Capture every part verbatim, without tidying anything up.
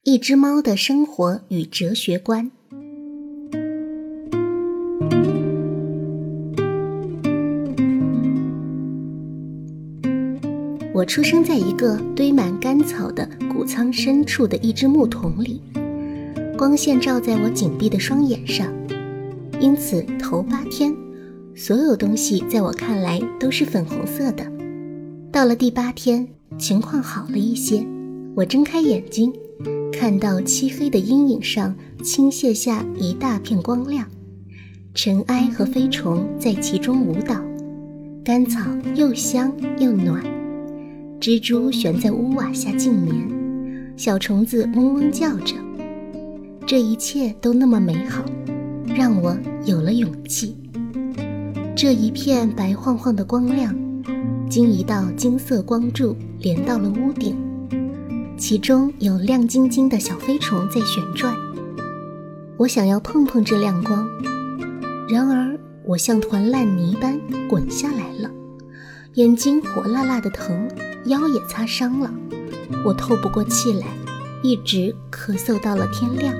一只猫的生活与哲学观。我出生在一个堆满干草的谷仓深处的一只木桶里，光线照在我紧闭的双眼上，因此头八天，所有东西在我看来都是粉红色的。到了第八天，情况好了一些，我睁开眼睛，看到漆黑的阴影上倾泻下一大片光亮，尘埃和飞虫在其中舞蹈，干草又香又暖，蜘蛛悬在屋瓦下静眠，小虫子嗡嗡叫着。这一切都那么美好，让我有了勇气。这一片白晃晃的光亮，经一道金色光柱连到了屋顶，其中有亮晶晶的小飞虫在旋转。我想要碰碰这亮光，然而我像团烂泥般滚下来了，眼睛火辣辣的疼，腰也擦伤了，我透不过气来，一直咳嗽到了天亮。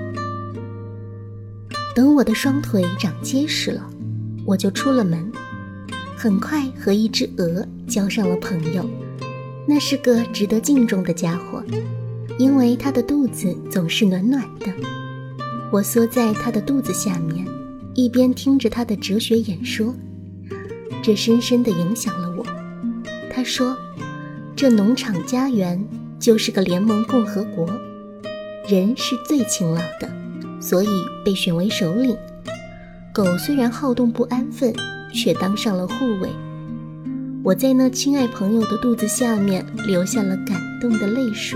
等我的双腿长结实了，我就出了门，很快和一只鹅交上了朋友。那是个值得敬重的家伙，因为它的肚子总是暖暖的。我缩在它的肚子下面，一边听着它的哲学演说，这深深地影响了我。他说，这农场家园就是个联盟共和国，人是最勤劳的，所以被选为首领。狗虽然好动不安分，却当上了护卫。我在那亲爱朋友的肚子下面流下了感动的泪水。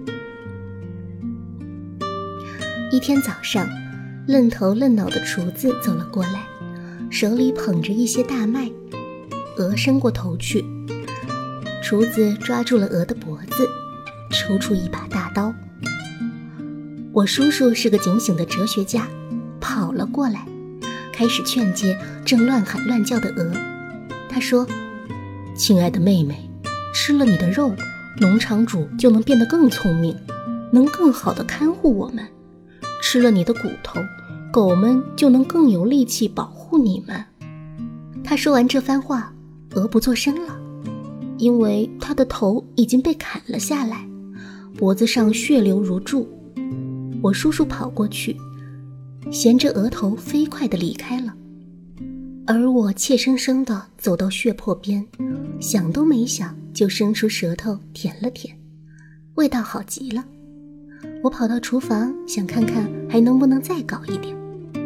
一天早上，愣头愣脑的厨子走了过来，手里捧着一些大麦。鹅伸过头去，厨子抓住了鹅的脖子，抽出一把大刀。我叔叔是个警醒的哲学家，跑了过来，开始劝诫正乱喊乱叫的鹅。他说，亲爱的妹妹，吃了你的肉，农场主就能变得更聪明，能更好地看护我们；吃了你的骨头，狗们就能更有力气保护你们。他说完这番话，鹅不作声了，因为他的头已经被砍了下来，脖子上血流如注。我叔叔跑过去，衔着鹅头飞快地离开了，而我怯生生地走到血泊边，想都没想就伸出舌头舔了舔，味道好极了。我跑到厨房，想看看还能不能再搞一点。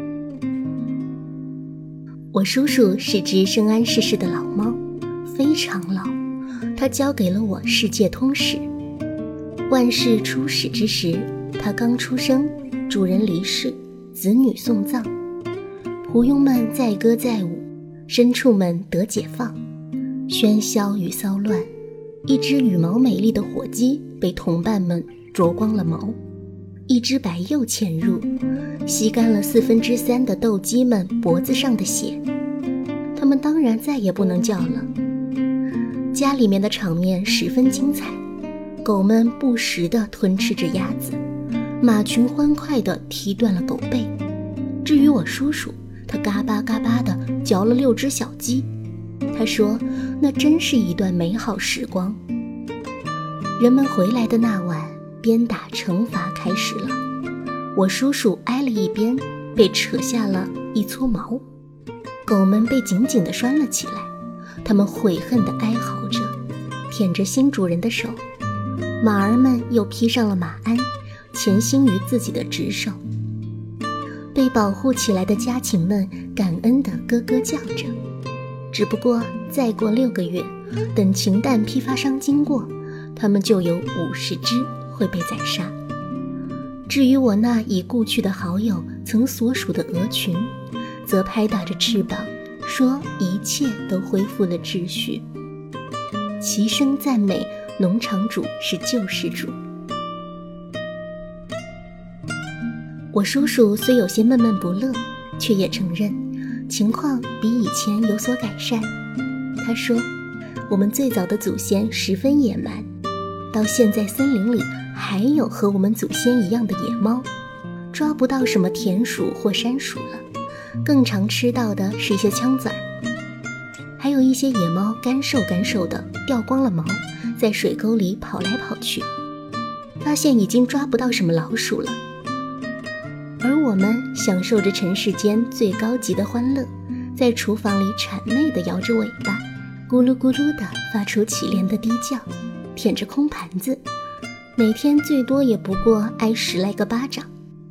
我叔叔是只深谙世事的老猫，非常老，他教给了我世界通史。万事初始之时，他刚出生，主人离世，子女送葬，仆佣们载歌载舞，牲畜们得解放。喧嚣与骚乱，一只羽毛美丽的火鸡被同伴们啄光了毛，一只白鼬潜入，吸干了四分之三的斗鸡们脖子上的血，它们当然再也不能叫了。家里面的场面十分精彩，狗们不时地吞吃着鸭子，马群欢快地踢断了狗背。至于我叔叔，他嘎巴嘎巴地嚼了六只小鸡。他说，那真是一段美好时光。人们回来的那晚，鞭打惩罚开始了。我叔叔挨了一鞭，被扯下了一撮毛。狗们被紧紧地拴了起来，它们悔恨地哀嚎着，舔着新主人的手。马儿们又披上了马鞍，潜心于自己的职守。被保护起来的家禽们感恩地咯咯叫着。只不过再过六个月，等禽蛋批发商经过，它们就有五十只会被宰杀。至于我那已故去的好友曾所属的鹅群，则拍打着翅膀，说一切都恢复了秩序，齐声赞美农场主是救世主。我叔叔虽有些闷闷不乐，却也承认情况比以前有所改善。他说，我们最早的祖先十分野蛮，到现在森林里还有和我们祖先一样的野猫，抓不到什么田鼠或山鼠了，更常吃到的是一些枪子儿。还有一些野猫干瘦干瘦的，掉光了毛，在水沟里跑来跑去，发现已经抓不到什么老鼠了。而我们享受着尘世间最高级的欢乐，在厨房里谄媚地摇着尾巴，咕噜咕噜地发出乞怜的低叫，舔着空盘子，每天最多也不过挨十来个巴掌。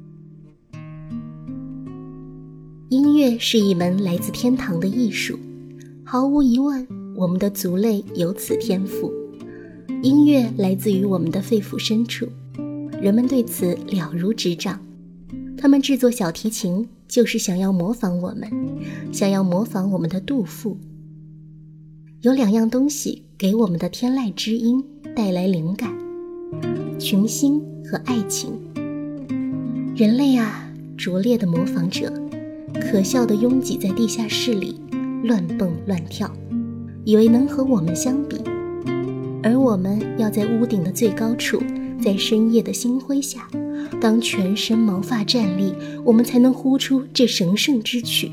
音乐是一门来自天堂的艺术，毫无疑问，我们的族类有此天赋。音乐来自于我们的肺腑深处，人们对此了如指掌。他们制作小提琴，就是想要模仿我们，想要模仿我们的杜甫。有两样东西给我们的天籁之音带来灵感：群星和爱情。人类啊，拙劣的模仿者，可笑地拥挤在地下室里，乱蹦乱跳，以为能和我们相比。而我们要在屋顶的最高处，在深夜的星辉下，当全身毛发站立，我们才能呼出这神圣之曲。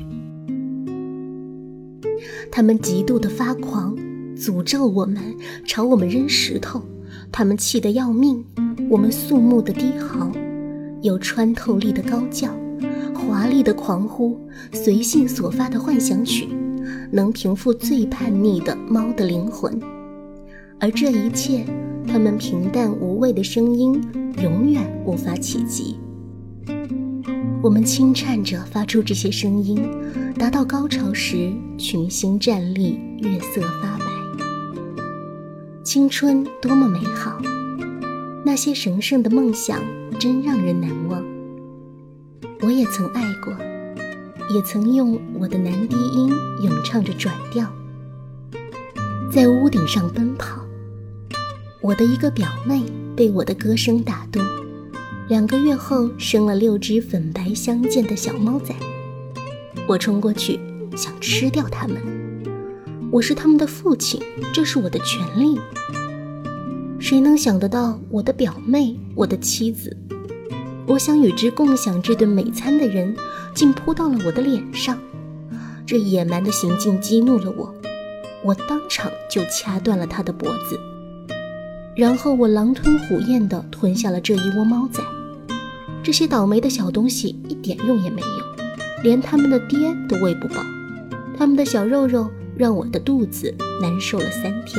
他们极度的发狂，诅咒我们，朝我们扔石头，他们气得要命，我们肃穆的低嚎，有穿透力的高叫，华丽的狂呼，随性所发的幻想曲，能平复最叛逆的猫的灵魂。而这一切，他们平淡无味的声音永远无法企及。我们轻颤着发出这些声音，达到高潮时，群星站立，月色发白。青春多么美好，那些神圣的梦想真让人难忘。我也曾爱过，也曾用我的男低音咏唱着转调，在屋顶上奔跑。我的一个表妹被我的歌声打动，两个月后生了六只粉白相间的小猫仔。我冲过去想吃掉它们，我是他们的父亲，这是我的权利。谁能想得到我的表妹，我的妻子，我想与之共享这顿美餐的人，竟扑到了我的脸上。这野蛮的行径激怒了我，我当场就掐断了他的脖子。然后我狼吞虎咽地吞下了这一窝猫仔。这些倒霉的小东西一点用也没有，连他们的爹都喂不饱，他们的小肉肉让我的肚子难受了三天。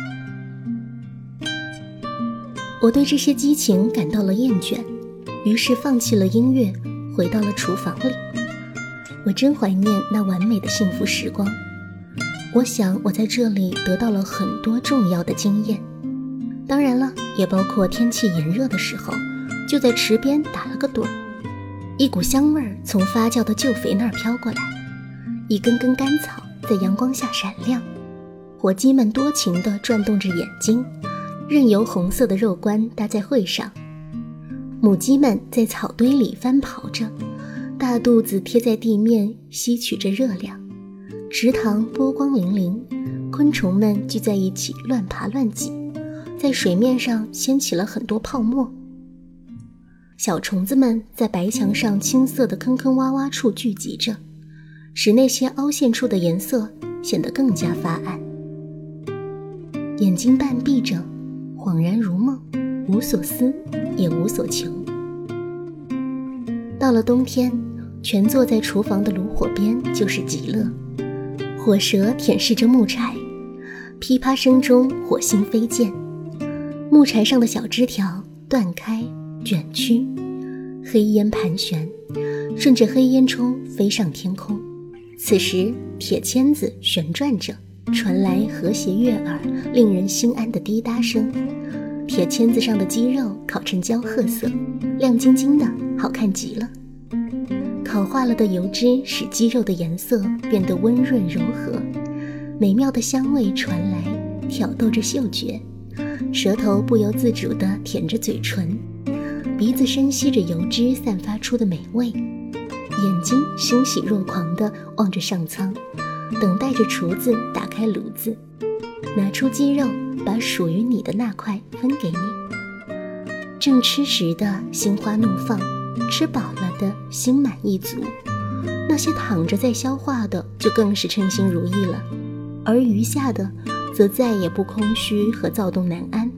我对这些激情感到了厌倦，于是放弃了音乐，回到了厨房里。我真怀念那完美的幸福时光，我想我在这里得到了很多重要的经验。当然了，也包括天气炎热的时候，就在池边打了个盹儿，一股香味儿从发酵的旧肥那儿飘过来，一根根干草在阳光下闪亮，火鸡们多情地转动着眼睛，任由红色的肉冠搭在会上。母鸡们在草堆里翻跑着，大肚子贴在地面吸取着热量，池塘波光粼粼，昆虫们聚在一起乱爬乱挤，在水面上掀起了很多泡沫。小虫子们在白墙上青色的坑坑洼洼处聚集着，使那些凹陷处的颜色显得更加发暗。眼睛半闭着，恍然如梦，无所思也无所求。到了冬天，全坐在厨房的炉火边就是极乐。火舌舔舐着木柴，噼啪声中火星飞溅，木柴上的小枝条断开卷曲，黑烟盘旋，顺着黑烟囱飞上天空。此时铁签子旋转着，传来和谐悦耳令人心安的滴答声。铁签子上的鸡肉烤成焦褐色，亮晶晶的，好看极了。烤化了的油脂使鸡肉的颜色变得温润柔和，美妙的香味传来，挑逗着嗅觉，舌头不由自主地舔着嘴唇，鼻子深吸着油脂散发出的美味，眼睛欣喜若狂地望着上苍，等待着厨子打开炉子，拿出鸡肉，把属于你的那块分给你。 正吃时的心花怒放，吃饱了的心满意足，那些躺着在消化的就更是称心如意了，而余下的则再也不空虚和躁动难安。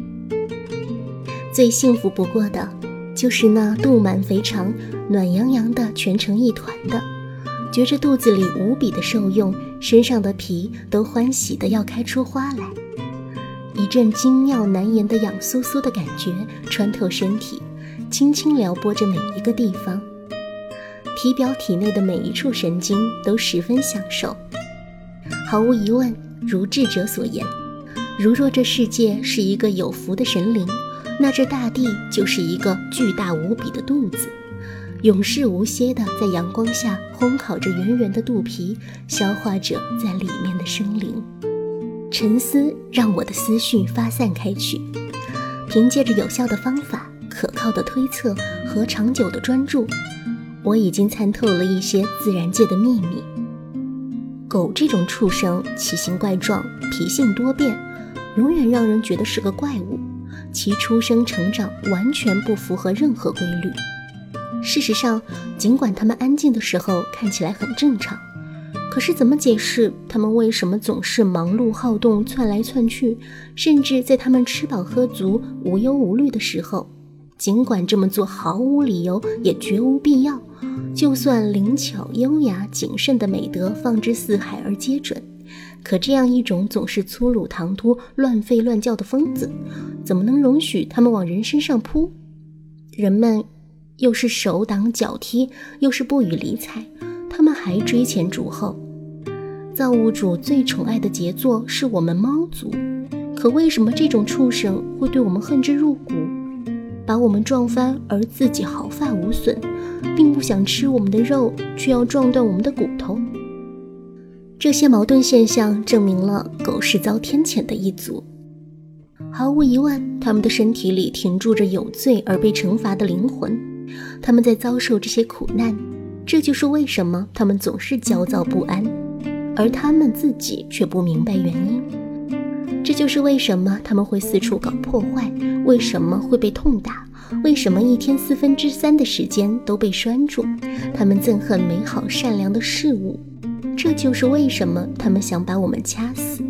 最幸福不过的就是那肚满肥肠，暖洋洋的蜷成一团的，觉着肚子里无比的受用，身上的皮都欢喜的要开出花来，一阵精妙难言的痒酥酥的感觉穿透身体，轻轻撩拨着每一个地方，体表体内的每一处神经都十分享受。毫无疑问，如智者所言，如若这世界是一个有福的神灵，那这大地就是一个巨大无比的肚子，永世无歇地在阳光下烘烤着圆圆的肚皮，消化着在里面的生灵。沉思让我的思绪发散开去，凭借着有效的方法、可靠的推测和长久的专注，我已经参透了一些自然界的秘密。狗这种畜生奇形怪状，脾性多变，永远让人觉得是个怪物，其出生成长完全不符合任何规律。事实上，尽管它们安静的时候看起来很正常，可是怎么解释它们为什么总是忙碌好动，窜来窜去，甚至在它们吃饱喝足无忧无虑的时候，尽管这么做毫无理由也绝无必要，就算灵巧优雅谨慎的美德放之四海而皆准，可这样一种总是粗鲁唐突乱吠乱叫的疯子，怎么能容许他们往人身上扑？人们又是手挡脚踢，又是不予理睬，他们还追前逐后。造物主最宠爱的杰作是我们猫族，可为什么这种畜生会对我们恨之入骨，把我们撞翻而自己毫发无损，并不想吃我们的肉，却要撞断我们的骨头？这些矛盾现象证明了狗是遭天谴的一族。毫无疑问，他们的身体里停驻着有罪而被惩罚的灵魂，他们在遭受这些苦难，这就是为什么他们总是焦躁不安，而他们自己却不明白原因。这就是为什么他们会四处搞破坏，为什么会被痛打，为什么一天四分之三的时间都被拴住。他们憎恨美好善良的事物，这就是为什么他们想把我们掐死。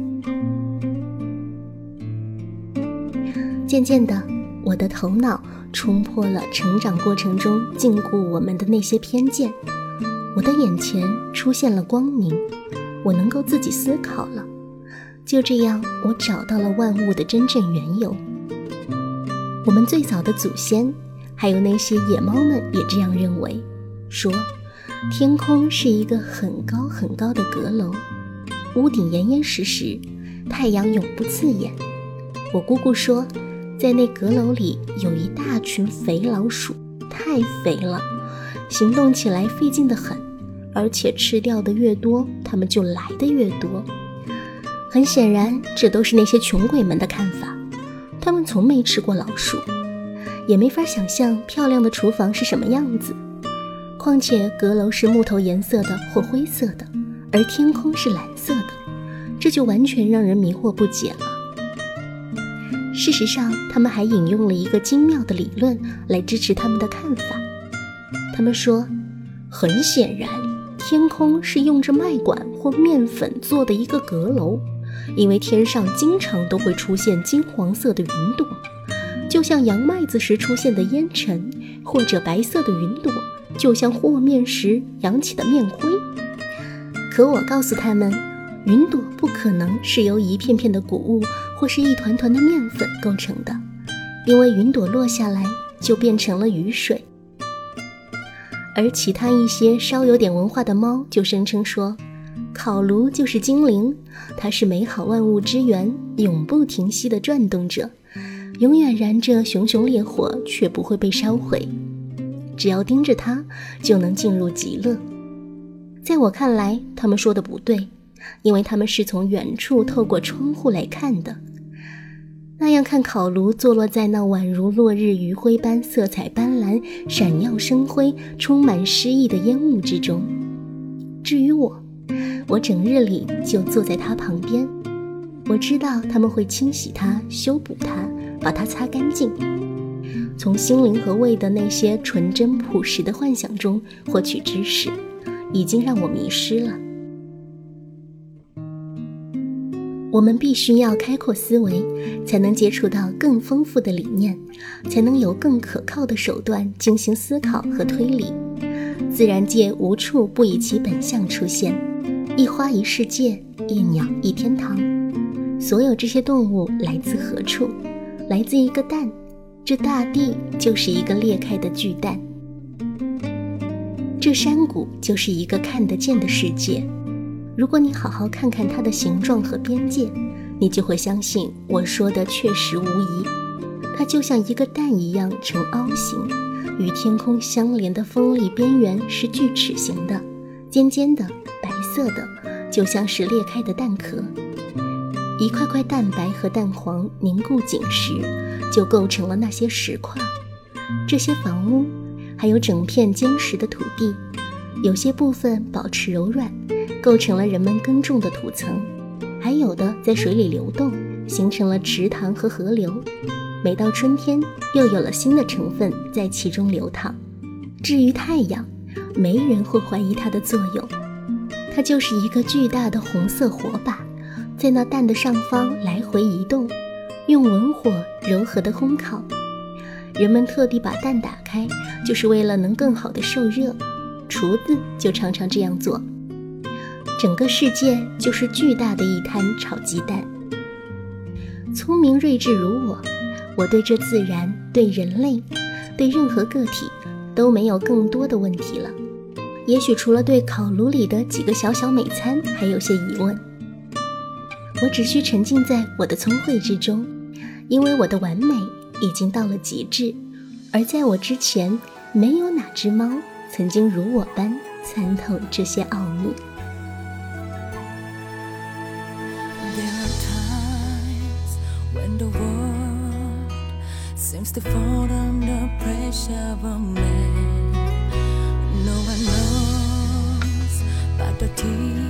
渐渐的，我的头脑冲破了成长过程中禁锢我们的那些偏见，我的眼前出现了光明，我能够自己思考了。就这样，我找到了万物的真正缘由。我们最早的祖先，还有那些野猫们也这样认为，说天空是一个很高很高的阁楼，屋顶严严实实，太阳永不刺眼。我姑姑说，在那阁楼里有一大群肥老鼠，太肥了，行动起来费劲得很，而且吃掉的越多，它们就来的越多。很显然，这都是那些穷鬼们的看法，他们从没吃过老鼠，也没法想象漂亮的厨房是什么样子。况且阁楼是木头颜色的或灰色的，而天空是蓝色的，这就完全让人迷惑不解了。事实上，他们还引用了一个精妙的理论来支持他们的看法。他们说，很显然，天空是用着麦管或面粉做的一个阁楼，因为天上经常都会出现金黄色的云朵，就像扬麦子时出现的烟尘，或者白色的云朵，就像和面时扬起的面灰。可我告诉他们，云朵不可能是由一片片的谷物或是一团团的面粉构成的，因为云朵落下来就变成了雨水。而其他一些稍有点文化的猫就声称说，烤炉就是精灵，它是美好万物之源，永不停息地转动着，永远燃着熊熊烈火，却不会被烧毁，只要盯着它就能进入极乐。在我看来，他们说的不对，因为他们是从远处透过窗户来看的，那样看烤炉坐落在那宛如落日余晖般色彩斑斓、闪耀生辉、充满诗意的烟雾之中。至于我，我整日里就坐在它旁边，我知道他们会清洗它、修补它，把它擦干净。 从心灵和胃的那些纯真朴实的幻想中获取知识，已经让我迷失了。我们必须要开阔思维，才能接触到更丰富的理念，才能有更可靠的手段进行思考和推理。自然界无处不以其本相出现，一花一世界，一鸟一天堂。所有这些动物来自何处？来自一个蛋，这大地就是一个裂开的巨蛋，这山谷就是一个看得见的世界。如果你好好看看它的形状和边界，你就会相信我说的确实无疑。它就像一个蛋一样呈凹形，与天空相连的锋利边缘是锯齿形的，尖尖的，白色的，就像是裂开的蛋壳。一块块蛋白和蛋黄凝固紧实，就构成了那些石块。这些房屋，还有整片坚实的土地，有些部分保持柔软，构成了人们耕种的土层，还有的在水里流动，形成了池塘和河流。每到春天，又有了新的成分在其中流淌。至于太阳，没人会怀疑它的作用，它就是一个巨大的红色火把，在那蛋的上方来回移动，用文火柔和的烘烤。人们特地把蛋打开，就是为了能更好的受热，厨子就常常这样做。整个世界就是巨大的一滩炒鸡蛋。聪明睿智如我，我对这自然，对人类，对任何个体都没有更多的问题了。也许除了对烤炉里的几个小小美餐还有些疑问，我只需沉浸在我的聪慧之中，因为我的完美已经到了极致，而在我之前，没有哪只猫曾经如我般参透这些奥秘。 When the world seems to fall under pressure of man, no one knows but the tears